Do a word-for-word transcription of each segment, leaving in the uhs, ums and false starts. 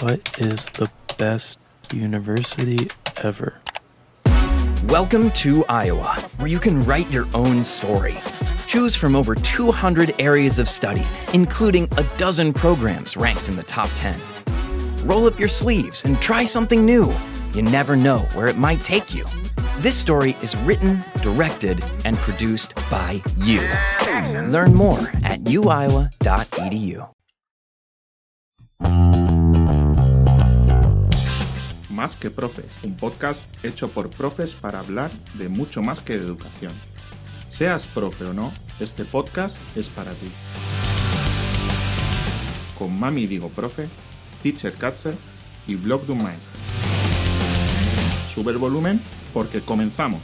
What is the best university ever? Welcome to Iowa, where you can write your own story. Choose from over two hundred areas of study, including a dozen programs ranked in the top ten. Roll up your sleeves and try something new. You never know where it might take you. This story is written, directed, and produced by you. Learn more at u iowa dot e d u. Más que Profes, un podcast hecho por profes para hablar de mucho más que de educación. Seas profe o no, este podcast es para ti. Con Mami Digo Profe, Teacher Katze y Blog de un Maestro. Sube el volumen porque comenzamos.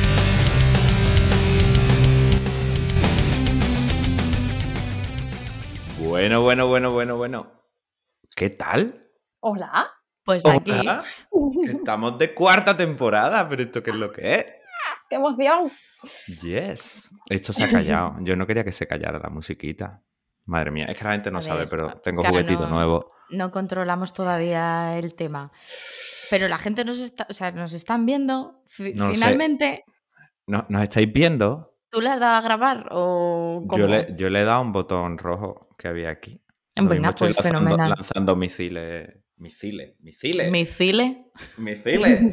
Bueno, bueno, bueno, bueno, bueno. ¿Qué tal? Hola. Pues aquí. Hola. Estamos de cuarta temporada, pero ¿esto qué es lo que es? ¡Qué emoción! Yes. Esto se ha callado. Yo no quería que se callara la musiquita. Madre mía, es que la gente no A sabe, ver, pero tengo claro, juguetito no, nuevo. No controlamos todavía el tema. Pero la gente nos está, o sea, nos están viendo. Fi- No lo sé. Finalmente, ¿No- ¿Nos estáis viendo? ¿tú le has dado a grabar o cómo? Yo le, yo le he dado un botón rojo que había aquí. Lo Venga, mismo estoy pues lanzando, fenomenal. lanzando misiles. Misiles, misiles. Micile. Misiles.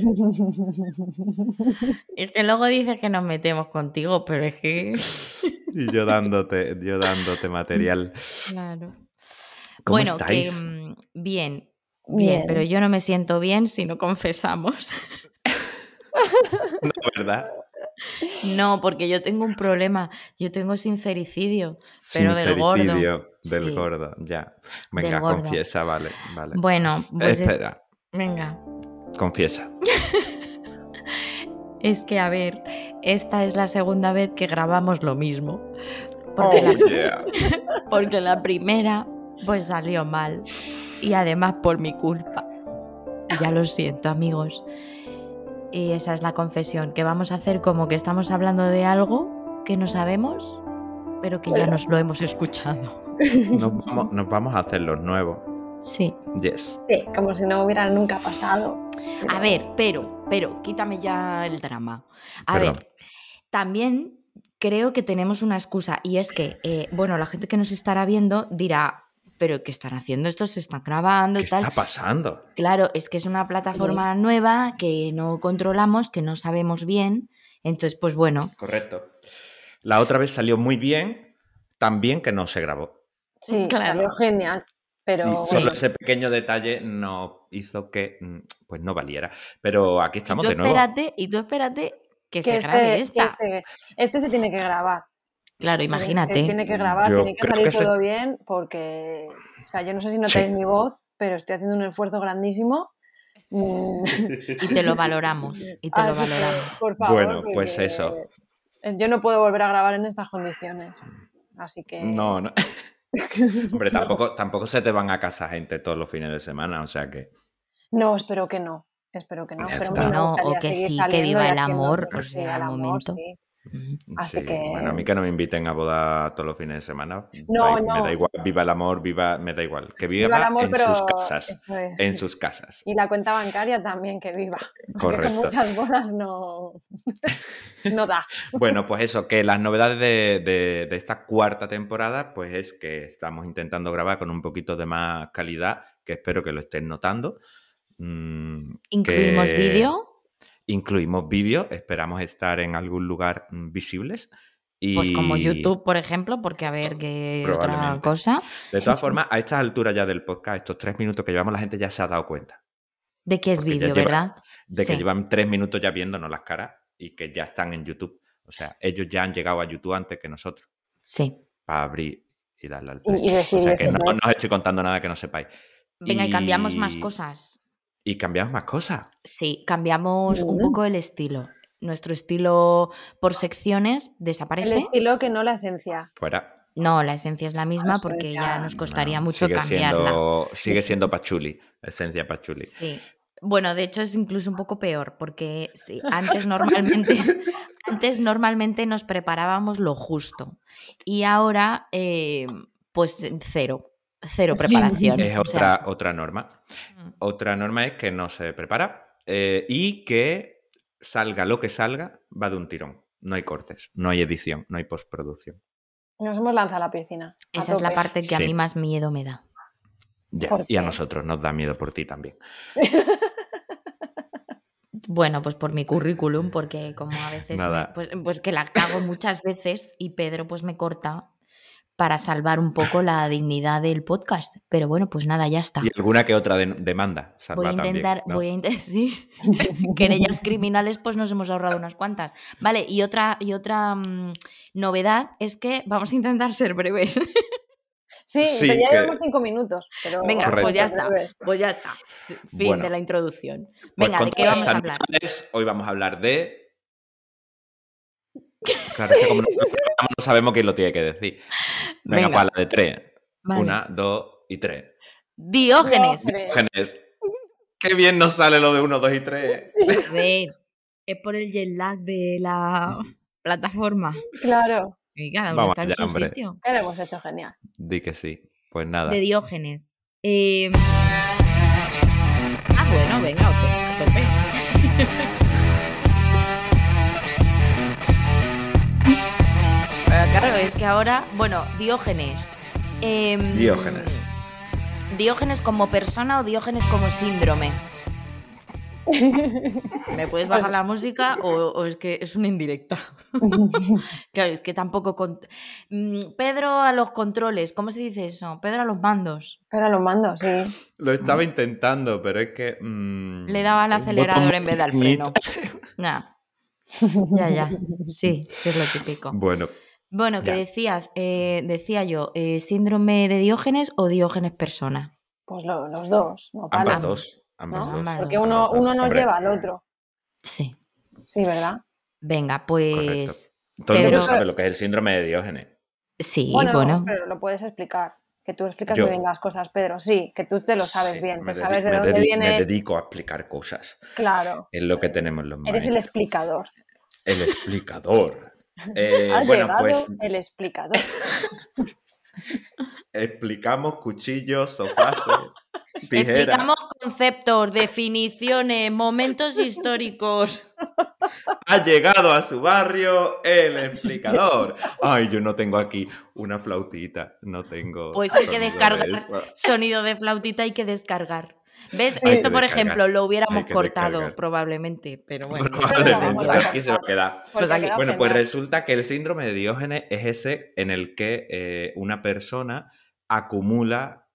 Es que luego dices que nos metemos contigo, pero es que. Y yo dándote, yo dándote material. Claro. ¿Cómo Bueno, estáis? que mm, bien, bien, Bien. pero yo no me siento bien si no confesamos. No, ¿verdad? No, porque yo tengo un problema. Yo tengo sincericidio, pero del gordo. Sincericidio del Sí. gordo, ya. Venga, Del gordo. confiesa, vale, vale. Bueno, pues es- Espera, venga. confiesa. Es que, a ver, esta es la segunda vez que grabamos lo mismo. Porque, Oh, la, yeah. porque la primera, pues salió mal. Y además por mi culpa. Ya lo siento, amigos. Y esa es la confesión, que vamos a hacer como que estamos hablando de algo que no sabemos, pero que ya nos lo hemos escuchado. Nos vamos, nos vamos a hacer los nuevos. Sí. Yes. Sí, como si no hubiera nunca pasado. A ver, pero, pero, quítame ya el drama. A Perdón. ver, también creo que tenemos una excusa y es que, eh, bueno, la gente que nos estará viendo dirá, pero ¿qué están haciendo esto? Se están grabando ¿Qué y tal. está pasando? Claro, es que es una plataforma nueva que no controlamos, que no sabemos bien. Entonces, pues bueno, Correcto. La otra vez salió muy bien, tan bien que no se grabó. Sí, Claro. salió genial. Pero Y solo bueno, ese pequeño detalle no hizo que, mm, pues no valiera. Pero aquí y estamos tú de nuevo. espérate, y tú espérate que, que se este, grabe que esta. este, este se tiene que grabar. Claro, Se- imagínate. Se tiene que grabar, Yo tiene que creo salir que se- todo bien porque, o sea, yo no sé si Sí. notáis mi voz, pero estoy haciendo un esfuerzo grandísimo. Mm, Y te lo valoramos. Y te lo así que, valoramos. por favor, Bueno, pues porque eso. Yo no puedo volver a grabar en estas condiciones. Así que... No, no. Hombre, tampoco, tampoco se te van a casa gente todos los fines de semana, o sea que... No, espero que no. Espero que no. Ya Pero está. a mí me No, gustaría o que seguir sí, que saliendo viva y el haciendo- amor, o sí, sea, el al amor, momento. sí. Ujú. Así Sí, que- bueno, a mí que no me inviten a boda todos los fines de semana. No, da- no. Me da igual, viva el amor, viva, me da igual. Que viva, Viva el amor, en pero sus casas. eso es. En sus casas. Y la cuenta bancaria también que viva. Porque Correcto. con muchas bodas no, no da. Bueno, pues eso, que las novedades de, de- de esta cuarta temporada, pues es que estamos intentando grabar con un poquito de más calidad, que espero que lo estén notando. Mm, ¿Incluimos que vídeo? Incluimos vídeo, esperamos estar en algún lugar mm, visibles. Y... Pues como YouTube, por ejemplo, porque a ver qué otra Probablemente. cosa. De todas formas, a estas alturas ya del podcast, estos tres minutos que llevamos, la gente ya se ha dado cuenta. De que es Porque ya vídeo, lleva- ¿verdad? De que Sí. llevan tres minutos ya viéndonos las caras y que ya están en YouTube. O sea, ellos ya han llegado a YouTube antes que nosotros Sí. para abrir y darle al Y- play. y O sea, decirles que no, después. no os estoy contando nada que no sepáis. Venga, y cambiamos más cosas. Y cambiamos más cosas. Sí, cambiamos un Mm. poco el estilo. Nuestro estilo por secciones El desaparece. estilo que no la esencia. Fuera. No, la esencia es la misma La porque esencia, ya nos costaría No, mucho sigue cambiarla. Siendo, sigue siendo pachuli. Esencia pachuli. Sí. Bueno, de hecho es incluso un poco peor porque sí, antes normalmente, antes normalmente nos preparábamos lo justo y ahora eh, pues cero. cero preparación. Es o sea, otra, otra norma. Otra norma es que no se prepara eh, y que salga lo que salga, va de un tirón. No hay cortes, no hay edición, no hay postproducción. Nos hemos lanzado a la piscina. a esa es la tope. parte que a Sí. mí más miedo me da. Ya, ¿Por y a qué? nosotros nos da miedo por ti también. Bueno, pues por mi currículum, porque como a veces me- Nada. pues, pues que la cago muchas veces y Pedro pues me corta para salvar un poco la dignidad del podcast. Pero bueno, pues nada, ya está. Y alguna que otra de- demanda. Salva Voy a intentar, también, ¿no? voy a intentar, sí. Querellas criminales, pues nos hemos ahorrado unas cuantas. Vale, y otra, y otra mm, novedad es que vamos a intentar ser breves. Sí, Sí, pero ya que- llevamos cinco minutos. Pero Venga, Correcto. pues ya vamos a está. ver. Pues ya está. Fin Bueno, de la introducción. Pues Venga, con ¿de qué todas vamos a estas hablar? novedades, hoy vamos a hablar de... Claro, es que como no, no sabemos quién lo tiene que decir. Venga, Venga. pues a la de tres. Vale. Una, dos y tres. Diógenes. Diógenes. Diógenes. Qué bien nos sale lo de uno, dos y tres. A ver, es por el jet lag de la plataforma. Claro, Y cada uno Vamos está en allá, su hombre. sitio. que lo hemos hecho genial. Di que sí. Pues nada. De Diógenes. Eh, Ah, bueno, venga, a tope. Pero claro, es que ahora, bueno, Diógenes. em, Diógenes. ¿Diógenes como persona o Diógenes como síndrome? ¿Me puedes bajar Pues- la música o, o es que es una indirecta? Claro, es que tampoco... con- Mm, Pedro a los controles, ¿cómo se dice eso? Pedro a los mandos. Pero los mandos, sí. Lo estaba intentando, pero es que... mm, Le daba al el acelerador botón en vez de al pequeñito. freno. Nah. Ya, ya. Sí, sí es lo típico. Bueno, Bueno, que ya. decías, eh, decía yo, eh, ¿síndrome de Diógenes o Diógenes persona? Pues lo- los dos, no ambas paran, dos. Ambas ¿no? dos. Ambas Porque dos. uno, Ambas dos. uno nos Hombre, lleva al otro. Sí. Sí, ¿verdad? Venga, pues... Correcto. Todo el Pedro- mundo sabe lo que es el síndrome de Diógenes. Sí, bueno, bueno. pero lo puedes explicar. Que tú explicas Yo- muy bien las cosas, Pedro. Sí, que tú te lo sabes Sí, bien. me Te sabes dedi- de me dónde dedi- viene. Me dedico a explicar cosas. Claro. Es lo que tenemos los Eres el maestros. explicador. El explicador. Eh, Ha bueno, llegado pues el explicador. explicamos cuchillos, sofás, tijeras. Explicamos conceptos, definiciones, momentos históricos. Ha llegado a su barrio el explicador. Ay, yo no tengo aquí una flautita. No tengo. Pues hay que sonido de descargar eso. sonido de flautita, hay que descargar. ¿Ves? Hay Esto, que por descargar. ejemplo, lo Hay hubiéramos que cortado descargar. probablemente, pero bueno. Probablemente, vamos a aquí se va a cortar. quedar. Porque Pues ha aquí- quedado Bueno, pues genial. resulta que el síndrome de Diógenes es ese en el que eh, una persona acumula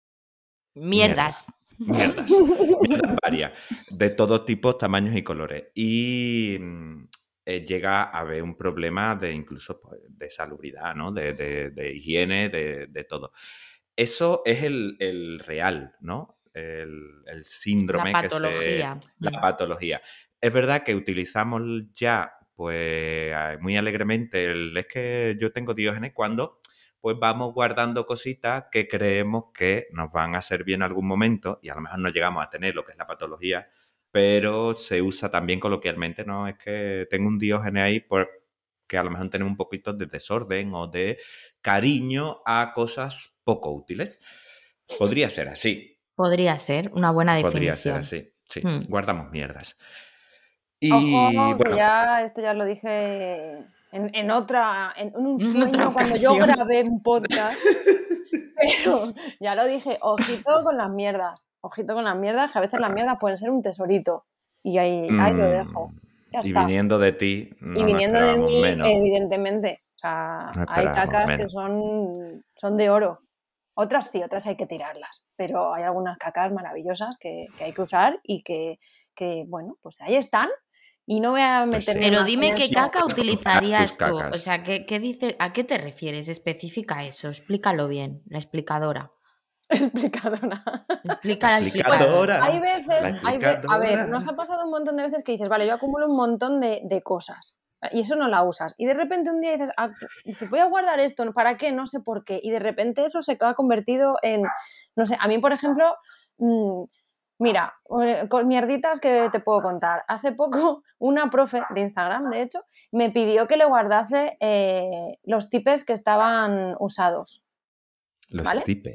Mierdas. mierdas, mierdas varias, de todos tipos, tamaños y colores. Y mm, eh, llega a haber un problema de incluso pues, de salubridad, ¿no? De, de- de higiene, de, de todo. Eso es el, el real, ¿no? El, el síndrome La que se... patología. La Mm. patología. Es verdad que utilizamos ya, pues, muy alegremente el es que yo tengo Diógenes cuando pues vamos guardando cositas que creemos que nos van a servir en algún momento y a lo mejor no llegamos a tener lo que es la patología, pero se usa también coloquialmente, ¿no? Es que tengo un Diógenes ahí porque a lo mejor tenemos un poquito de desorden o de cariño a cosas poco útiles. Podría ser así, Podría ser una buena podría definición. ser así, sí, Hmm. guardamos mierdas. Y Ojo, bueno, que ya esto ya lo dije en, en otra, en, en un En sueño otra cuando yo ocasión. grabé un podcast. Pero ya lo dije, ojito con las mierdas. Ojito con las mierdas, que a veces las mierdas pueden ser un tesorito. Y ahí, ahí lo dejo. Ya mm, y está. viniendo de ti, no y nos viniendo de esperábamos mí, menos. evidentemente. O sea, No hay esperábamos cacas que menos. son, son de oro. Otras sí, otras hay que tirarlas. Pero hay algunas cacas maravillosas que, que hay que usar y que, que, bueno, pues ahí están. Y no voy a Pues meterme sí. Pero más dime en qué eso. caca Tus utilizarías tú. cacas. O sea, ¿qué, qué dices? ¿A qué te refieres? Especifica eso, explícalo bien, la explicadora. Explicadora. Explica la Explicadora. explicadora. Hay veces, La hay ve- a explicadora. ver, nos ha pasado un montón de veces que dices, vale, yo acumulo un montón de, de cosas y eso no la usas. Y de repente un día dices, ah, dices, voy a guardar esto, ¿para qué? No sé por qué. Y de repente eso se ha convertido en, no sé, a mí, por ejemplo, mmm, mira, con mierditas que te puedo contar. Hace poco una profe de Instagram, de hecho, me pidió que le guardase eh, los tipes que estaban usados. Los ¿Vale? tipes.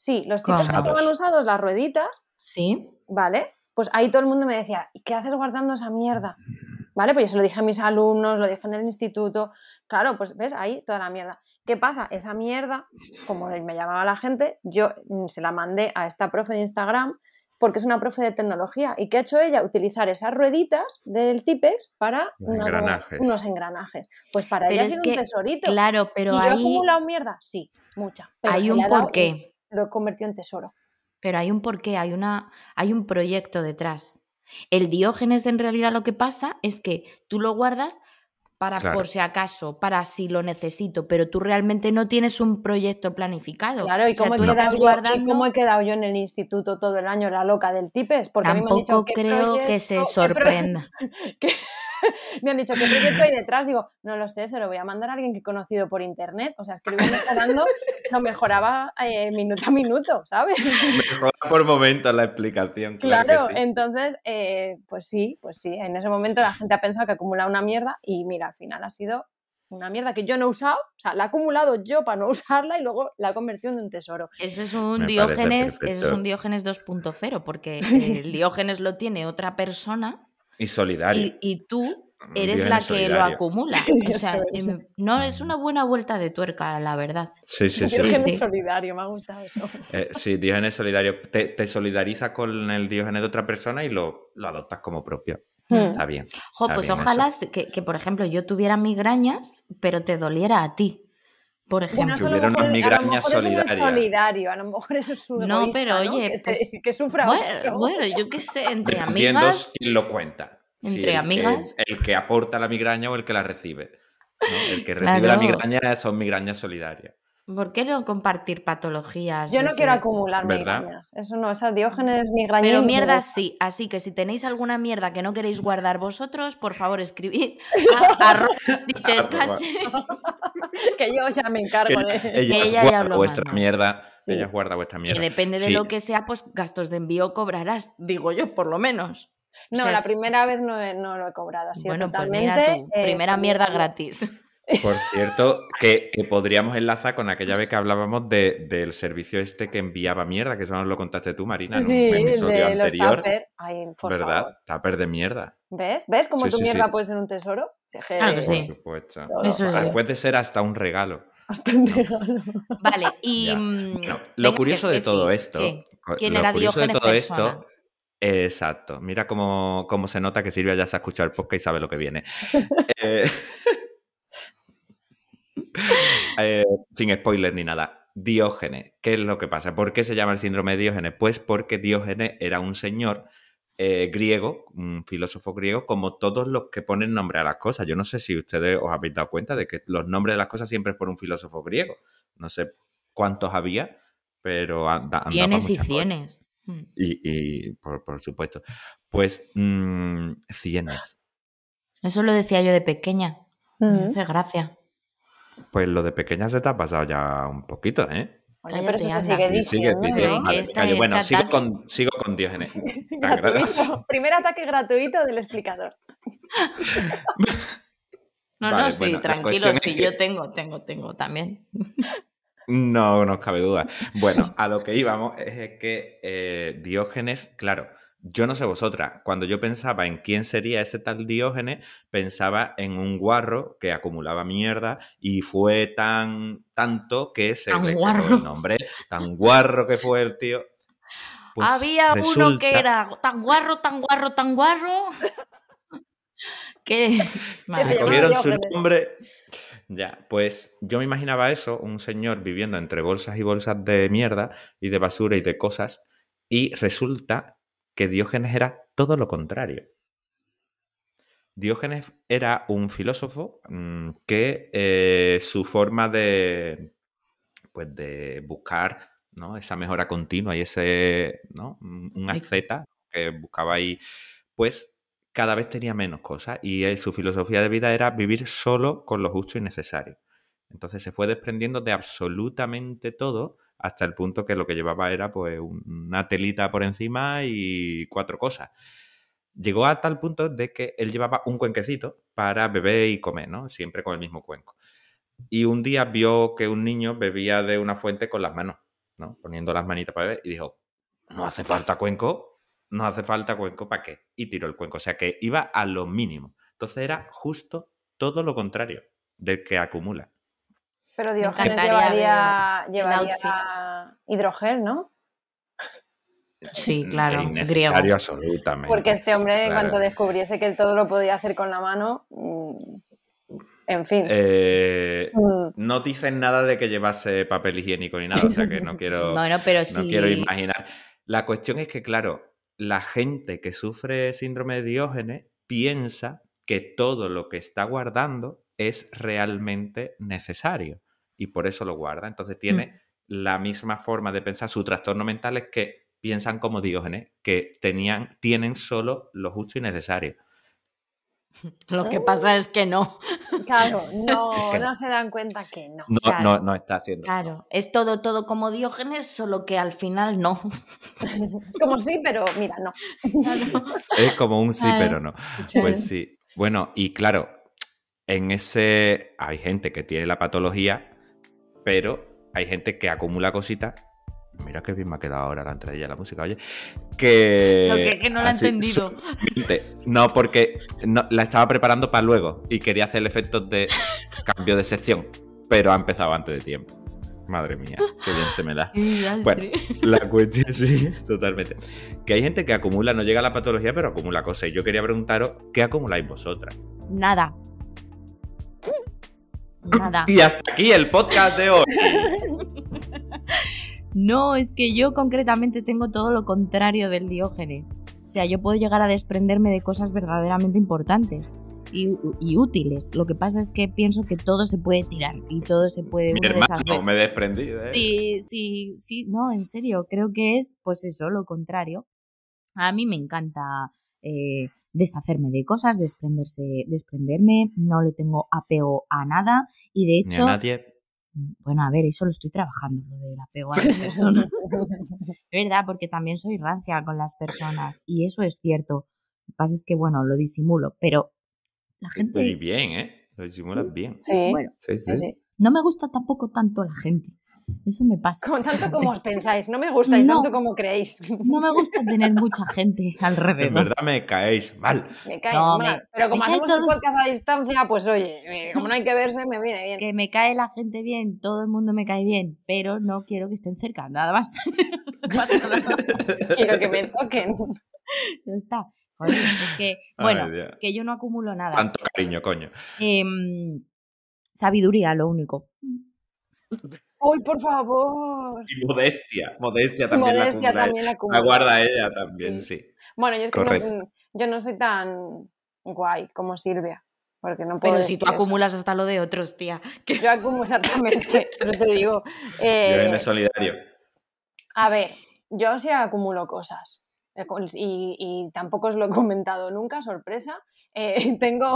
Sí, los tipos que ¿Cómo? estaban usados, las rueditas, Sí. ¿vale? Pues ahí todo el mundo me decía, ¿y qué haces guardando esa mierda? ¿Vale? Pues yo se lo dije a mis alumnos, lo dije en el instituto. Claro, pues ves, ahí toda la mierda. ¿Qué pasa? Esa mierda, como me llamaba la gente, yo mm, se la mandé a esta profe de Instagram porque es una profe de tecnología. ¿Y qué ha hecho ella? Utilizar esas rueditas del Tipex para Los una- engranajes. unos engranajes. Pues para Pero ella ha es sido que, un tesorito. claro, pero ¿Y yo he ahí acumulado mierda? Sí, mucha. Pero hay se un le ha dado porqué. y lo he convertido en tesoro. Pero hay un porqué, hay, una, hay un proyecto detrás. El Diógenes, en realidad, lo que pasa es que tú lo guardas para Claro. por si acaso, para si lo necesito, pero tú realmente no tienes un proyecto planificado. Claro, ¿y O sea, cómo, he tú quedado estás yo, guardando... ¿y cómo he quedado yo en el instituto todo el año la loca del Tipes? Porque a mí me han dicho Tampoco ¿qué creo que se proyecto- qué pro- sorprenda. que- me han dicho, ¿qué proyecto hay detrás? Digo, no lo sé, se lo voy a mandar a alguien que he conocido por internet. O sea, es que lo iba mejorando, lo mejoraba eh, minuto a minuto, ¿sabes? Mejora por momentos la explicación, claro, Claro, que sí. entonces, eh, pues sí, pues sí. En ese momento la gente ha pensado que acumula una mierda y mira, al final ha sido una mierda que yo no he usado, o sea, la he acumulado yo para no usarla y luego la he convertido en un tesoro. Eso es un Me parece Diógenes, perfecto. eso es un Diógenes dos punto cero, porque el Diógenes lo tiene otra persona Y solidario. y, y tú Un eres Diógenes la que lo solidario. acumula. Sí, O sea, eso es. em, no es una buena vuelta de tuerca, la verdad. Sí, sí, sí. Diógenes sí. solidario, me ha gustado eso. Eh, sí, Diógenes solidario. Te, te solidarizas con el Diógenes de otra persona y lo, lo adoptas como propio. Hmm. Está bien. Jo, está pues bien ojalá eso. que, que, por ejemplo, yo tuviera migrañas, pero te doliera a ti, por Bueno, ejemplo. eso a lo Tuviera mejor, unas a lo migrañas mejor eso no es solidarias. solidario, a lo mejor eso es su No, egoísta, pero ¿no? oye, que, se- pues, que sufra bueno, otro. bueno, yo qué sé, entre Dependiendo amigas, quién lo cuenta. Si entre el amigas. Que, el que aporta la migraña o el que la recibe. ¿no? El que recibe la Claro. migraña son migrañas solidarias. ¿Por qué no compartir patologías? Yo de no ese- quiero acumular ¿Verdad? migrañas. Eso no, esas Diógenes migrañas. Pero no me mierda gustan. sí, así que si tenéis alguna mierda que no queréis guardar vosotros, por favor escribid a arroba dichescache. Que yo ya me encargo Que de. ellas ella ya guardan lo vuestra manda. mierda. Sí. Ellas guardan vuestra Que mierda. depende de Sí. lo que sea, pues gastos de envío cobrarás, digo yo, por lo menos. O No, sea, la es- primera vez no, he- no lo he cobrado. Ha sido Bueno, pues totalmente. mira tú, eh, primera mierda solidario. gratis. Por cierto, que, que podríamos enlazar con aquella vez que hablábamos de, del servicio este que enviaba mierda, que eso nos lo contaste tú, Marina, en Sí, un el episodio de los anterior. tupper. Ay, por ¿Verdad? favor. Tupper de mierda. ¿Ves? ¿Ves cómo Sí, tu sí, mierda sí. puede ser un tesoro? Sí, es que- Claro que sí. Por supuesto. Todo. Eso sí. Puede ser hasta un regalo. Hasta un regalo. Vale, y Ya. mm, Bueno, lo venga, curioso que de Steffi, todo esto. ¿qué? co- ¿Quién lo era curioso de Diógenes todo persona? esto. Exacto. Mira cómo, cómo se nota que Silvia ya se ha escuchado el podcast y sabe lo que viene. Eh, eh, sin spoiler ni nada. Diógenes. ¿Qué es lo que pasa? ¿Por qué se llama el síndrome de Diógenes? Pues porque Diógenes era un señor eh, griego, un filósofo griego, como todos los que ponen nombre a las cosas. Yo no sé si ustedes os habéis dado cuenta de que los nombres de las cosas siempre es por un filósofo griego. No sé cuántos había, pero anda, andaba Cienes y muchas cosas. cienes. Mm. Y, y por, por supuesto. Pues mmm, cienes. Eso lo decía yo de pequeña. Me Ujú. hace gracia. Pues lo de pequeña se te ha pasado ya un poquito, ¿eh? Oye, pero eso Cállate, se anda. sigue Y sigue diciendo, diciendo, ¿no? que vale, esta- callo. Bueno, este sigo ataque- con, sigo con Diógenes. Tan gracioso. Gratuito. Primer ataque gratuito del explicador. No, Vale, no, sí, bueno, la tranquilo, cuestión es sí, que- yo tengo, tengo, tengo también. No nos cabe duda. Bueno, a lo que íbamos es que eh, Diógenes, claro, yo no sé vosotras, cuando yo pensaba en quién sería ese tal Diógenes, pensaba en un guarro que acumulaba mierda y fue tan tanto que se Tan le quedó guarro. el nombre, tan guarro que fue el tío. Pues Había uno resulta- que era tan guarro, tan guarro, tan guarro. que Madre se Le llamaba cogieron su Diógenes. nombre. Ya, pues yo me imaginaba eso, un señor viviendo entre bolsas y bolsas de mierda y de basura y de cosas, y resulta que Diógenes era todo lo contrario. Diógenes era un filósofo mmm, que eh, su forma de, pues de buscar, ¿no?, esa mejora continua y ese, ¿no?, un asceta que buscaba ahí, pues cada vez tenía menos cosas y eh, su filosofía de vida era vivir solo con lo justo y necesario. Entonces se fue desprendiendo de absolutamente todo hasta el punto que lo que llevaba era pues una telita por encima y cuatro cosas. Llegó a tal punto de que él llevaba un cuenquecito para beber y comer, ¿no? Siempre con el mismo cuenco. Y un día vio que un niño bebía de una fuente con las manos, ¿no? Poniendo las manitas para beber y dijo, no hace falta cuenco, no hace falta cuenco, ¿para qué? Y tiró el cuenco, o sea que iba a lo mínimo. Entonces era justo todo lo contrario del que acumula. Pero Me Diógenes encantaría llevaría, ver el llevaría outfit. hidrogel, ¿no? Sí, claro, Es innecesario griego. absolutamente. Porque este hombre, en Claro. cuanto descubriese que todo lo podía hacer con la mano, mm, en fin. Eh, Mm. no dicen nada de que llevase papel higiénico ni nada, o sea que no quiero, Bueno, pero no sí. quiero imaginar. La cuestión es que, claro, la gente que sufre síndrome de Diógenes piensa que todo lo que está guardando es realmente necesario y por eso lo guarda. Entonces tiene Mm. la misma forma de pensar. Su trastorno mental es que piensan como Diógenes, que tenían, tienen solo lo justo y necesario. Lo que pasa es que no. Claro, no, Que no. no se dan cuenta que no. No, Claro. no, no está haciendo. Claro, es todo, todo como Diógenes, solo que al final no. Es como sí, pero mira, no. Es como un sí, Claro. pero no. Pues sí. Bueno, y claro, en ese hay gente que tiene la patología, pero hay gente que acumula cositas. Mira qué bien me ha quedado ahora la entradilla de la música, oye. Que, Lo que, que no lo he así, entendido. sutilmente. No, porque no, la estaba preparando para luego y quería hacer el efecto de cambio de sección, pero ha empezado antes de tiempo. Madre mía, qué bien se me da. Bueno, la cuestión sí, totalmente. Que hay gente que acumula, no llega a la patología, pero acumula cosas. Y yo quería preguntaros, ¿qué acumuláis vosotras? Nada. Nada. Y hasta aquí el podcast de hoy. No, es que yo concretamente tengo todo lo contrario del Diógenes. O sea, yo puedo llegar a desprenderme de cosas verdaderamente importantes y, y útiles. Lo que pasa es que pienso que todo se puede tirar y todo se puede Mi uno hermano, deshacer. me desprendí. ¿eh? Sí, sí, sí, no, en serio, creo que es, pues eso, lo contrario. A mí me encanta eh, deshacerme de cosas, desprenderse, desprenderme, no le tengo apego a nada y de Ni hecho... a nadie. Bueno, a ver, eso lo estoy trabajando, lo del apego a las personas. Es verdad, porque también soy rancia con las personas y eso es cierto. Lo que pasa es que, bueno, lo disimulo, pero la gente... Y bien, ¿eh? Lo disimulas Sí, bien. sí, Sí. bueno, Sí, sí. Sí, sí. no me gusta tampoco tanto la gente. Eso me pasa. Como, tanto como os pensáis, no me gustáis No. tanto como creéis. No me gusta tener mucha gente alrededor. En verdad me caéis mal. Me cae No, mal. me- Pero como me cae hacemos el todo. podcast a distancia, pues oye, eh, como no hay que verse, me viene bien. Que me cae la gente bien, todo el mundo me cae bien, pero no quiero que estén cerca, nada más. No pasa nada. Quiero que me toquen. Ya está. Joder, es que, bueno, Ay, Dios. que yo no acumulo nada. Tanto cariño, coño. Em, sabiduría, lo único. ¡Uy, por favor! Y modestia. Modestia también Modestia la acumula. también la La acumula. guarda ella también, sí. Bueno, yo es que no, Correcto. yo no soy tan guay como Silvia. Porque no puedo Pero si decir tú eso. acumulas hasta lo de otros, tía. que- Yo acumulo exactamente, pero te digo. eh, Yo en el solidario. A ver, yo sí acumulo cosas. Eh, con- Y, y tampoco os lo he comentado nunca, sorpresa. Eh, tengo.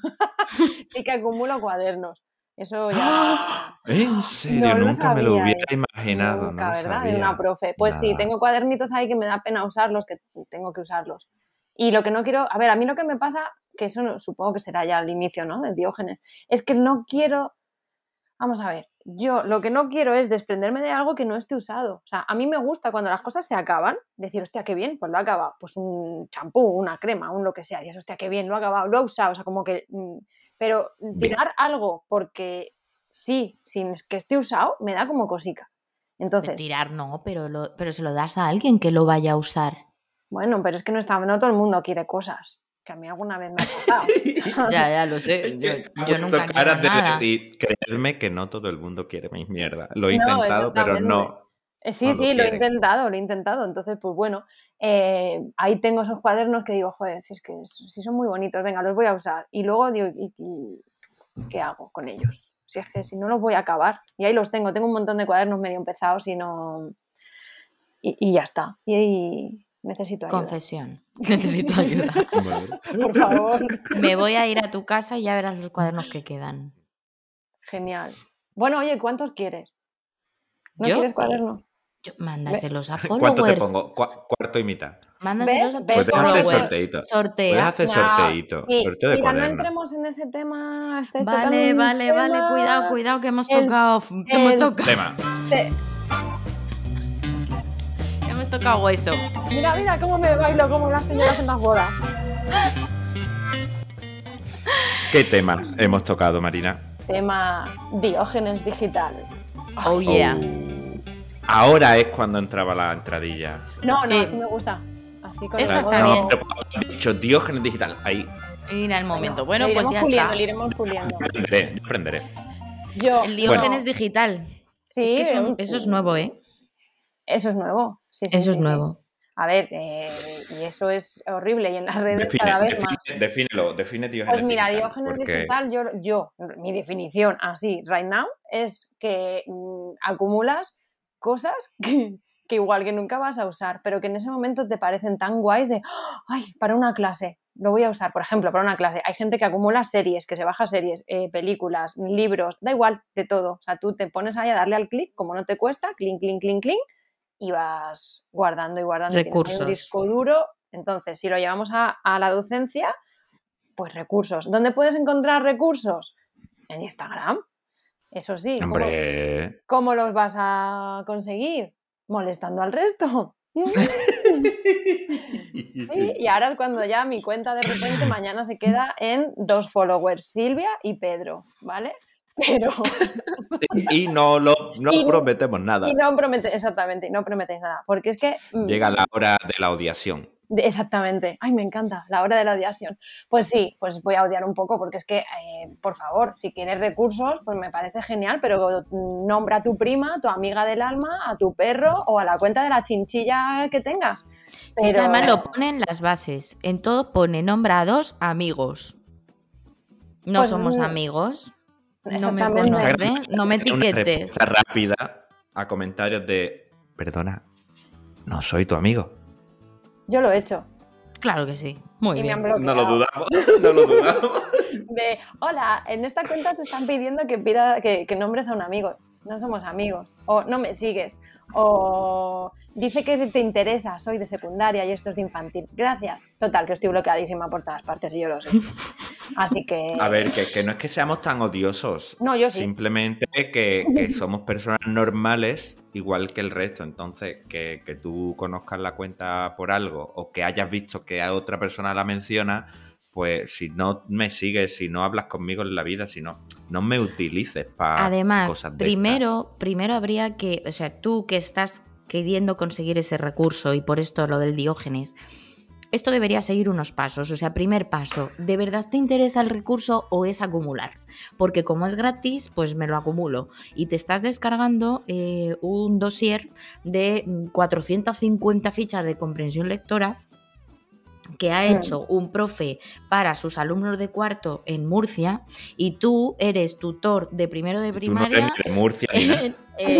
Sí que acumulo cuadernos. Eso ya. ¿En serio? No lo Nunca me lo sabía, hubiera eh. imaginado. Nunca, no lo ¿verdad? sabía. De una profe. Pues sí, Nada. tengo cuadernitos ahí que me da pena usarlos, que tengo que usarlos. Y lo que no quiero. A ver, a mí lo que me pasa, que eso no- supongo que será ya al inicio, ¿no? Del Diógenes, es que no quiero. Vamos a ver, yo lo que no quiero es desprenderme de algo que no esté usado. O sea, a mí me gusta cuando las cosas se acaban, decir, hostia, qué bien, pues lo he acabado. Pues un champú, una crema, un lo que sea. Dices, hostia, qué bien, lo he acabado, lo he usado. O sea, como que. mm, Pero tirar algo porque sí, sin que esté usado, me da como cosica. Entonces, Tirar no, pero, lo, pero se lo das a alguien que lo vaya a usar. bueno, pero es que no, está, no todo el mundo quiere cosas. Que a mí alguna vez me ha pasado. Ya, ya lo sé. Yo, yo Puesto nunca quiero caras de nada. decir, creedme que no todo el mundo quiere mis mierdas. Lo he No, intentado, pero exactamente. no. Eh, Sí, No lo sí, lo he quieren. intentado, lo he intentado. Entonces, pues bueno, eh, ahí tengo esos cuadernos que digo, joder, si es que es- si son muy bonitos, venga, los voy a usar. Y luego digo, ¿y, y qué hago con ellos? Si es que si no los voy a acabar. Y ahí los tengo, tengo un montón de cuadernos medio empezados y no. Y, y ya está. Y ahí necesito ayuda. Confesión. Necesito ayuda. Vale. Por favor. Me voy a ir a tu casa y ya verás los cuadernos que quedan. Genial. Bueno, oye, ¿cuántos quieres? ¿No ¿Yo? quieres cuaderno? Yo, mándaselos a ¿Cuánto te followers. pongo? Cu- cuarto y mitad. Mándaselos ¿Ves? a ¿Ves Puedes cómo hacer lo ves? sorteito. Puedes Sortea. hacer No, sorteito. sí, Sorteo de mira, no cuaderno. entremos en ese tema. Estáis Vale, tocando un vale, vale. tema- Cuidado, cuidado, que hemos el- tocado. Que hemos el- tocado. Tema. Te- hemos tocado hueso. Mira, mira cómo me bailo como las señoras en las bodas. ¿Qué tema hemos tocado, Marina? Tema Diógenes digital. Oh, yeah. Oh. Ahora es cuando entraba la entradilla. No, no, Eh, así me gusta. Así con esta el está modo- bien. Pero cuando he dicho Diógenes digital, ahí Mira el momento. Bueno, Bueno, lo pues iremos ya puliendo, está. lo iremos puliendo. yo aprenderé, yo aprenderé. Yo, El Diógenes no. digital. Sí, es que eso, un- eso es nuevo, ¿eh? Eso es nuevo. Sí, sí, Eso sí, es sí. nuevo. A ver, eh, y eso es horrible y en las redes Define, cada vez define, más. defínelo, define Diógenes Pues mira, digital. Diógenes porque digital, yo, yo, mi definición así, right now, es que mm, acumulas cosas que, que igual que nunca vas a usar, pero que en ese momento te parecen tan guays de, ay, para una clase, lo voy a usar, por ejemplo, para una clase. Hay gente que acumula series, que se baja series, eh, películas, libros, da igual, de todo. O sea, tú te pones ahí a darle al clic, como no te cuesta, clink, clink, clink, clink, y vas guardando y guardando. Y tienes ahí Recursos. un disco duro. Entonces, si lo llevamos a, a la docencia, pues recursos. ¿Dónde puedes encontrar recursos? En Instagram. Eso sí. ¿cómo, Hombre, cómo los vas a conseguir? Molestando al resto. Sí, y ahora es cuando ya mi cuenta de repente mañana se queda en dos followers, Silvia y Pedro, ¿vale? Pero... y no lo no Y- prometemos nada. Y no promete, exactamente, y no prometéis nada. Porque es que... mm, Llega la hora de la odiación. de- exactamente. Ay, me encanta, la hora de la odiación. Pues sí, pues voy a odiar un poco, porque es que, eh, por favor, si quieres recursos, pues me parece genial, pero mm, nombra a tu prima, a tu amiga del alma, a tu perro o a la cuenta de la chinchilla que tengas. Sí, que Pero- además lo ponen las bases. En todo pone nombra a dos amigos. No Pues, somos mm, amigos. No me exactamente. conoces, no me Una etiquetes. respuesta rápida a comentarios de perdona, no soy tu amigo. Yo lo he hecho. Claro que sí. Muy Y me han bien. bloqueado. No lo dudamos, no lo dudamos. De, hola, en esta cuenta te están pidiendo que pida que, que nombres a un amigo. No somos amigos. O no me sigues. O dice que te interesa, soy de secundaria y esto es de infantil. Gracias. Total, que estoy bloqueadísima por todas partes y yo lo sé. Así que... A ver, que, que no es que seamos tan odiosos. No, yo sí. Simplemente que, que somos personas normales igual que el resto. Entonces, que, que tú conozcas la cuenta por algo o que hayas visto que a otra persona la menciona, pues si no me sigues, si no hablas conmigo en la vida, si no, no me utilices para Además, cosas de primero, primero habría que, o sea, tú que estás queriendo conseguir ese recurso y por esto lo del Diógenes, esto debería seguir unos pasos. O sea, primer paso, ¿de verdad te interesa el recurso o es acumular? Porque como es gratis, pues me lo acumulo. Y te estás descargando eh, un dossier de cuatrocientas cincuenta fichas de comprensión lectora que ha hecho un profe para sus alumnos de cuarto en Murcia y tú eres tutor de primero de estas. Tú no primaria. eres ni de Murcia ni nada. en-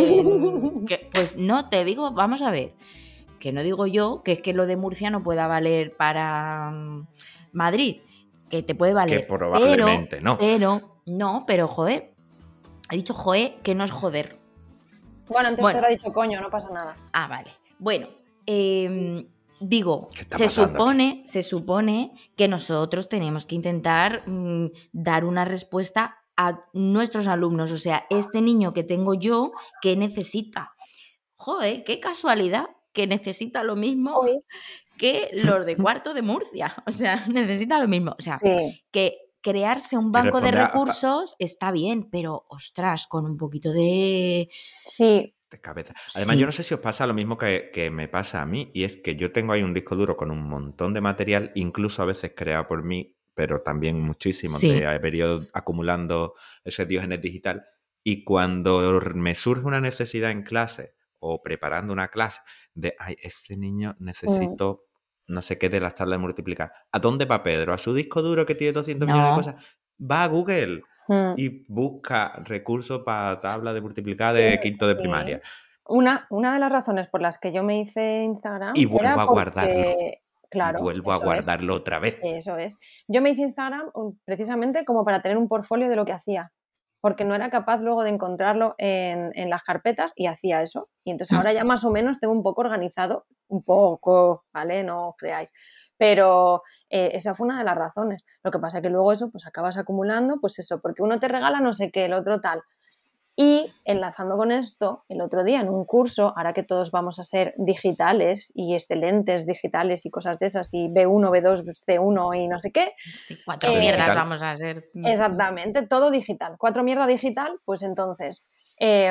en- que- pues no, te digo, vamos a ver, que no digo yo que es que lo de Murcia no pueda valer para mm, Madrid, que te puede valer. Que probablemente pero, no. Pero, no, pero joder, he dicho joder que no es joder. Bueno, antes Bueno. te lo he dicho coño, no pasa nada. Ah, vale. Bueno, eh, digo, ¿Qué está se pasando supone, se supone que nosotros tenemos que intentar mm, dar una respuesta a nuestros alumnos. O sea, este niño que tengo yo, ¿qué necesita? Joder, qué casualidad que necesita lo mismo Hoy, que los de cuarto de Murcia. O sea, necesita lo mismo. O sea, sí. que crearse un banco de responder a- recursos está bien, pero ostras, con un poquito de... Sí, De cabeza. Además, Sí. yo no sé si os pasa lo mismo que, que me pasa a mí, y es que yo tengo ahí un disco duro con un montón de material, incluso a veces creado por mí, pero también muchísimo, Sí. de haber ido acumulando ese Diógenes digital, y cuando me surge una necesidad en clase o preparando una clase de, ay, este niño necesito no sé qué de las tablas de multiplicar, ¿a dónde va Pedro? ¿A su disco duro que tiene doscientos millones de No. cosas? Va a Google Mm. y busca recursos para tabla de multiplicar de Sí, quinto de sí. primaria. Una, una de las razones por las que yo me hice Instagram Y vuelvo era a porque, guardarlo. claro, y vuelvo a eso es. guardarlo otra vez. Eso es. Yo me hice Instagram um, precisamente como para tener un portfolio de lo que hacía, porque no era capaz luego de encontrarlo en, en las carpetas y hacía eso. Y entonces ahora ya más o menos tengo un poco organizado, un poco, ¿vale? No os creáis. Pero eh, esa fue una de las razones. Lo que pasa es que luego eso, pues acabas acumulando, pues eso, porque uno te regala no sé qué, el otro tal. Y enlazando con esto, el otro día en un curso, ahora que todos vamos a ser digitales y excelentes digitales y cosas de esas, y B uno, B dos, C uno y no sé qué. Sí, cuatro eh, mierdas digital. vamos a ser. Exactamente, todo digital. Cuatro mierda digital, pues entonces eh,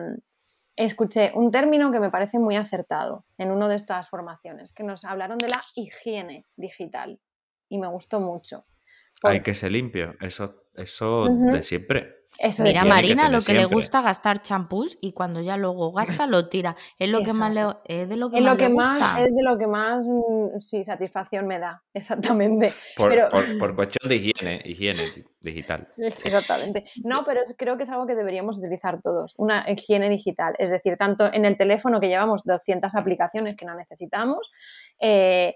escuché un término que me parece muy acertado en una de estas formaciones, que nos hablaron de la higiene digital y me gustó mucho. Hay Por- que ser limpio, eso, eso Ujú. de siempre. Eso de Mira, Tiene siempre. que Marina, tener lo que le siempre. gusta gastar champús y cuando ya luego gasta lo tira. Es lo que Eso. más le, es de lo que Es más lo que le más, gusta. es de lo que más, mm, sí, satisfacción me da, exactamente. Por, Pero, por, por cuestión de higiene, higiene di- digital. exactamente. No, pero es- creo que es algo que deberíamos utilizar todos, una higiene digital. Es decir, tanto en el teléfono que llevamos doscientas aplicaciones que no necesitamos, eh,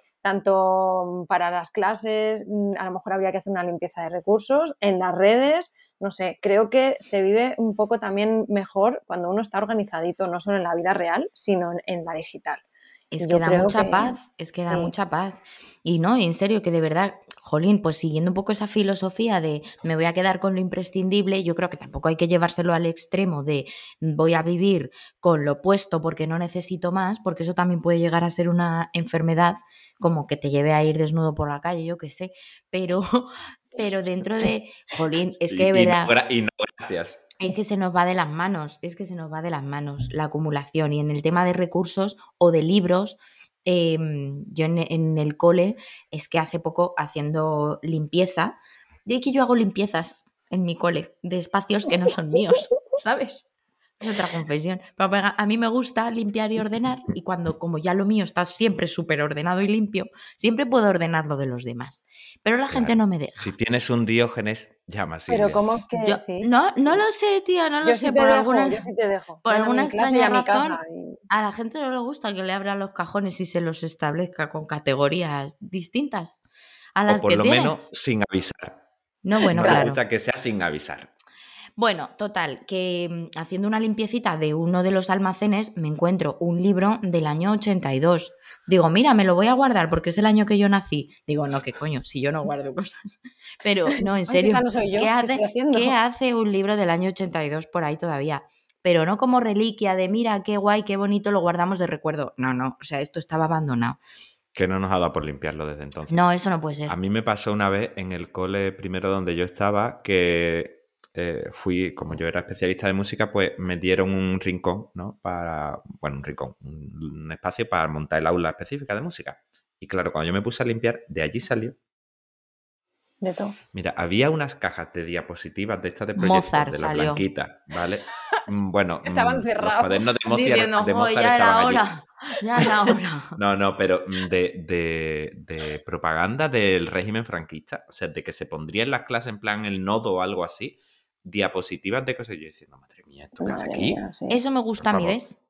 tanto para las clases, mm, a lo mejor habría que hacer una limpieza de recursos, en las redes, no sé, creo que se vive un poco también mejor cuando uno está organizadito, no solo en la vida real, sino en, en la digital. Es Y que yo da creo mucha que paz, es que da sí. mucha paz. Y no, en serio, que de verdad, jolín, pues siguiendo un poco esa filosofía de me voy a quedar con lo imprescindible, yo creo que tampoco hay que llevárselo al extremo de voy a vivir con lo puesto porque no necesito más, porque eso también puede llegar a ser una enfermedad, como que te lleve a ir desnudo por la calle, yo qué sé. Pero, pero dentro de, jolín, es que de Y, y no, verdad. gra- y no gracias. Es que se nos va de las manos, es que se nos va de las manos la acumulación. Y en el tema de recursos o de libros, eh, yo en, en el cole, es que hace poco haciendo limpieza, de que yo hago limpiezas en mi cole de espacios que no son míos, ¿sabes? Es otra confesión. Pero a mí me gusta limpiar y ordenar y cuando, como ya lo mío está siempre súper ordenado y limpio, siempre puedo ordenar lo de los demás. Pero la gente Claro. no me deja. Si tienes un Diógenes, llama a Pero Silvia. ¿cómo que Yo, sí? no, no lo sé, tío, no lo Yo sé. sí te por dejo, alguna, yo sí te dejo. por Ven a alguna mi clase y extraña a mi razón, casa. y- a la gente no le gusta que le abra los cajones y se los establezca con categorías distintas a O las por que lo tiene. menos sin avisar. No, bueno, No le claro. gusta que sea sin avisar. Bueno, total, que mm, haciendo una limpiecita de uno de los almacenes me encuentro un libro del año ochenta y dos. Digo, mira, me lo voy a guardar porque es el año que yo nací. Digo, no, qué coño, si yo no guardo cosas. Pero no, en Ay, serio, esa no soy yo, ¿qué ¿qué hace, estoy haciendo? ¿qué hace un libro del año ochenta y dos por ahí todavía? Pero no como reliquia de, mira, qué guay, qué bonito, lo guardamos de recuerdo. No, no, o sea, esto estaba abandonado. Que no nos ha dado por limpiarlo desde entonces. No, eso no puede ser. A mí me pasó una vez en el cole primero donde yo estaba que eh, fui, como yo era especialista de música, pues me dieron un rincón, ¿no? Para, bueno, un rincón, un, un espacio para montar el aula específica de música. Y claro, cuando yo me puse a limpiar, de allí salió. De todo. Mira, había unas cajas de diapositivas de estas de proyectos, Mozart de las salió. blanquitas, ¿vale? Mm, Bueno, Estaban mm, cerrados. los cuadernos de Mozart, Diciendo, de "Jo, Mozart ya era estaban allí. hora, ya era hora". No, no, pero mm, de, de, de propaganda del régimen franquista, o sea, de que se pondría en las clases en plan el nodo o algo así, diapositivas de cosas. Y yo diciendo, madre mía, ¿esto qué hace Madre aquí? mía, sí. Eso me gusta a Por mí, favor. ¿ves?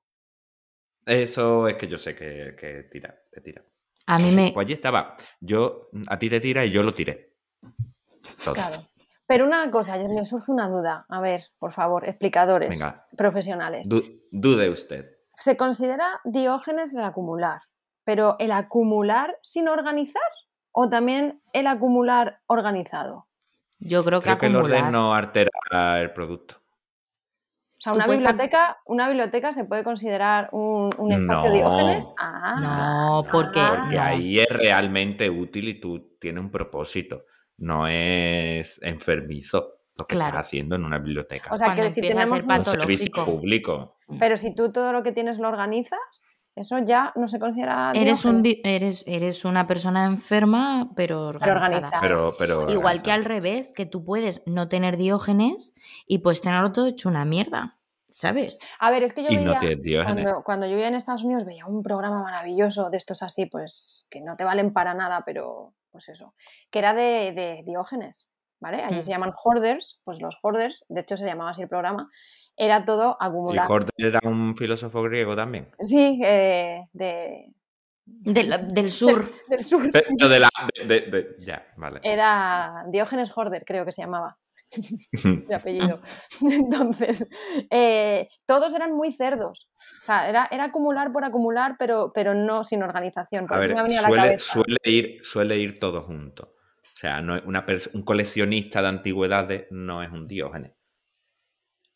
Eso es que yo sé que, que tira, te tira. A mí Pues, me... pues allí estaba. Yo, a ti te tira y yo lo tiré. Todo. Claro. Pero una cosa, me surge una duda. A ver, por favor, explicadores Venga. profesionales. Du- dude usted. Se considera Diógenes el acumular, pero ¿el acumular sin organizar o también el acumular organizado? Yo creo que Creo que el acumular... orden no altera el producto. O sea, Tú una puedes ac- biblioteca, una biblioteca se puede considerar un, un espacio No. Diógenes. Ah, No, porque... Porque no. ahí es realmente útil y tú tienes un propósito. No es enfermizo lo que Claro. estás haciendo en una biblioteca. O sea, Cuando que si empieza a tenemos ser un- un servicio patológico. público. Pero si tú todo lo que tienes lo organizas, eso ya no se considera Eres, un, Diógenes. di- eres, eres una persona enferma, pero Pero organizada. organizada. Pero, pero Igual que organizado. al revés, que tú puedes no tener Diógenes y pues tenerlo todo hecho una mierda, ¿sabes? A ver, es que yo Y veía, no tienes Diógenes. cuando, cuando yo vivía en Estados Unidos, veía un programa maravilloso de estos así, pues que no te valen para nada, pero pues eso, que era de, de Diógenes, ¿vale? Allí Hmm. se llaman hoarders, pues los hoarders, de hecho se llamaba así el programa, era todo Y acumular. Horder era un filósofo griego también. Sí, eh, de, Del, del sur. del sur, sí. Pero de la. De, de- de- ya, vale. Era Diógenes Hoarder, creo que se llamaba. De apellido. Entonces, eh, todos eran muy cerdos. O sea, era, era acumular por acumular, pero, pero no sin organización. Por A eso ver, me ha venido a la suele, cabeza. suele, ir, suele ir todo junto. O sea, no es una pers- un coleccionista de antigüedades no es un Diógenes.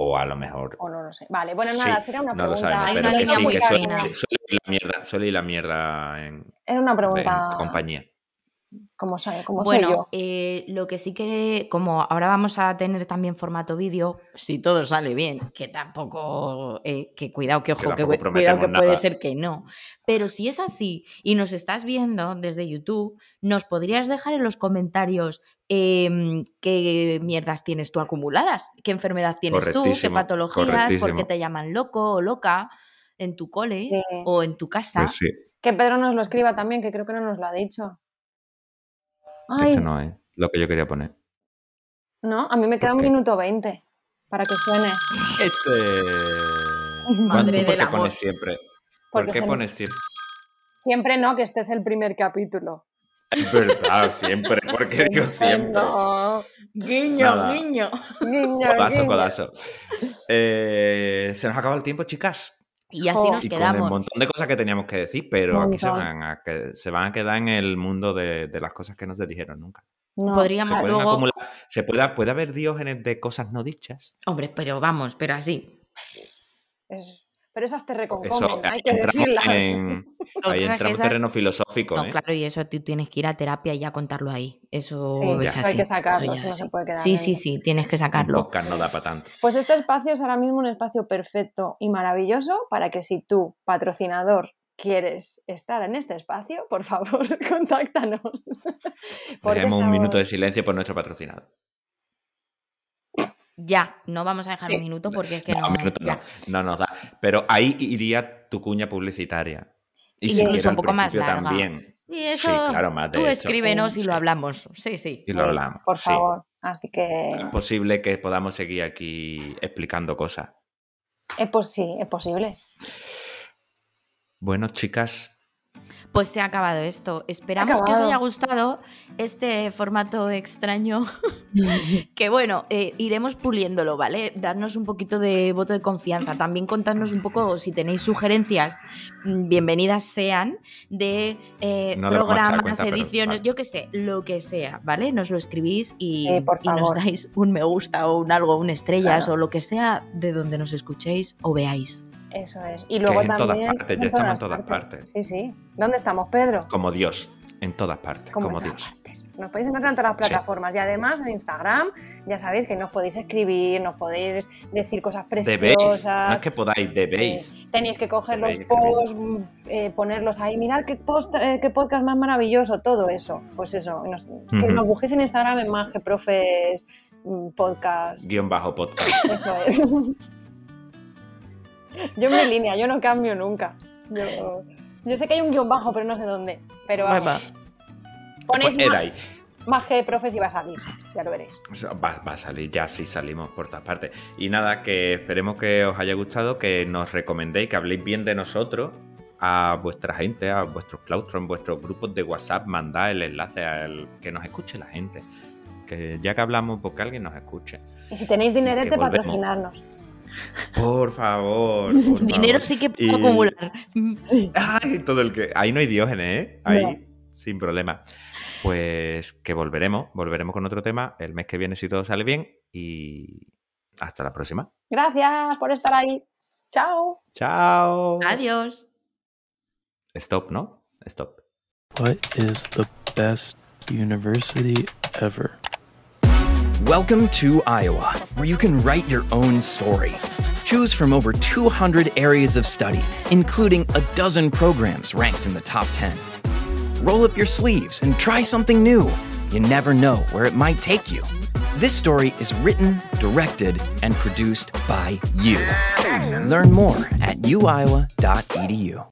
O a lo mejor... O no lo sé. Vale, bueno, nada, sí, será una no lo pregunta. sabemos, Hay pero una que línea sí, muy que suele, fina. suele ir la mierda, suele ir la mierda en, Era una pregunta. en compañía. Como soy, como Bueno, soy yo. eh, lo que sí que, como ahora vamos a tener también formato vídeo, si todo sale bien, que tampoco, eh, que cuidado, que ojo, que, tampoco cuidado prometemos que puede nada. ser que no. Pero si es así y nos estás viendo desde YouTube, nos podrías dejar en los comentarios eh, qué mierdas tienes tú acumuladas, qué enfermedad tienes tú, qué Correctísimo, patologías, por qué correctísimo. te llaman loco o loca en tu cole Sí. o en tu casa. Pues sí, Que Pedro nos lo escriba también, que creo que no nos lo ha dicho. Ay, esto no es lo que yo quería poner. no, a mí me queda ¿Por un qué? minuto veinte para que suene. Este... Madre ¿Tú por del qué amor. pones siempre? ¿Por Porque qué se- pones siempre? Siempre no, que este es el primer capítulo. Es verdad, siempre. ¿Por qué digo siempre? No. Guiño, Nada. guiño. Guiño, Codazo, guiño. codazo. Eh, se nos acaba el tiempo, chicas. Y así Jo. nos Y con el quedamos. montón de cosas que teníamos que decir, pero aquí se Montón. van a, que- se van a quedar en el mundo de, de las cosas que no se dijeron nunca. No. Se Podríamos pueden luego. acumular. Se puede, puede haber diógenes de cosas no dichas. Hombre, pero vamos, pero así. Es- Pero esas te Eso, reconcomen, hay ahí que entramos decirlas. en, Lo que ahí pasa es que entramos en esas- terreno filosófico, No, ¿eh? claro, y eso tú tienes que ir a terapia y ya contarlo ahí. Eso Sí, es eso así. hay que sacarlo, ya eso no es se así. puede quedar Sí, ahí. sí, sí, tienes que Un sacarlo. podcast no da para tanto. Pues este espacio es ahora mismo un espacio perfecto y maravilloso para que si tú, patrocinador, quieres estar en este espacio, por favor, contáctanos. Porque Dejemos un estamos- minuto de silencio por nuestro patrocinador. Ya, no vamos a dejar Sí. un minuto porque es que No, no. un minuto ya. no, no nos da. Pero ahí iría tu cuña publicitaria. Y si Incluso quieres un al poco más principio larga. también. Sí, eso. Sí, claro, más de Tú hecho. escríbenos y Sí. lo hablamos. Sí, sí. Y lo Sí, hablamos. por sí. favor. Así que Es posible que podamos seguir aquí explicando cosas. es pos- sí, es posible. Bueno, chicas, Pues se ha acabado esto. Esperamos que os acabado. haya gustado este formato extraño. Que bueno, eh, iremos puliéndolo, ¿vale? Darnos un poquito de voto de confianza. También contadnos un poco si tenéis sugerencias, mm, bienvenidas sean, de eh, No le vamos a echar programas, cuenta, pero ediciones, vale. yo qué sé, lo que sea, ¿vale? Nos lo escribís y, Sí, por y nos favor. dais un me gusta o un algo, un estrellas Claro. o lo que sea de donde nos escuchéis o veáis. Eso es. Y luego es en todas también. partes, es ya estamos en todas partes. Sí, sí. ¿Dónde estamos, Pedro? como Dios, en todas partes, como, en todas Dios. partes. Nos podéis encontrar en todas las Sí. plataformas y además en Instagram ya sabéis que nos podéis escribir, nos podéis decir cosas Debéis, preciosas. no es que podáis, debéis. Eh, tenéis que coger Debéis los escribir. posts, mm, eh, ponerlos ahí, mirad qué, post, eh, qué podcast más maravilloso, todo eso. Pues eso, y nos- que Ujú. nos busquéis en Instagram en más que profes mm, podcast. Guión bajo podcast. Eso es. Yo en mi línea, yo no cambio nunca. Yo, yo sé que hay un guión bajo, pero no sé dónde. Pero vamos, ponéis Pues era más, ahí. más que profes y va a salir, ya lo veréis. O sea, Va, va a salir, ya sí salimos por todas partes. Y nada, que esperemos que os haya gustado, que nos recomendéis, que habléis bien de nosotros a vuestra gente, a vuestros claustros, en vuestros grupos de WhatsApp, mandad el enlace al que nos escuche la gente. Que ya que hablamos, pues que alguien nos escuche. Y si tenéis dinerete, que volvemos. patrocinarnos. Por favor. por Dinero favor. sí que puedo Y- acumular. Ay, todo el que. Ahí no hay diógenes, ¿eh? Ahí No. sin problema. Pues que volveremos, volveremos con otro tema el mes que viene si todo sale bien y hasta la próxima. Gracias por estar ahí. Chao. Chao. Adiós. Stop, ¿no? Stop. What is the best university ever? Welcome to Iowa, where you can write your own story. Choose from over two hundred areas of study, including a dozen programs ranked in the top ten. Roll up your sleeves and try something new. You never know where it might take you. This story is written, directed, and produced by you. Learn more at u iowa dot e d u.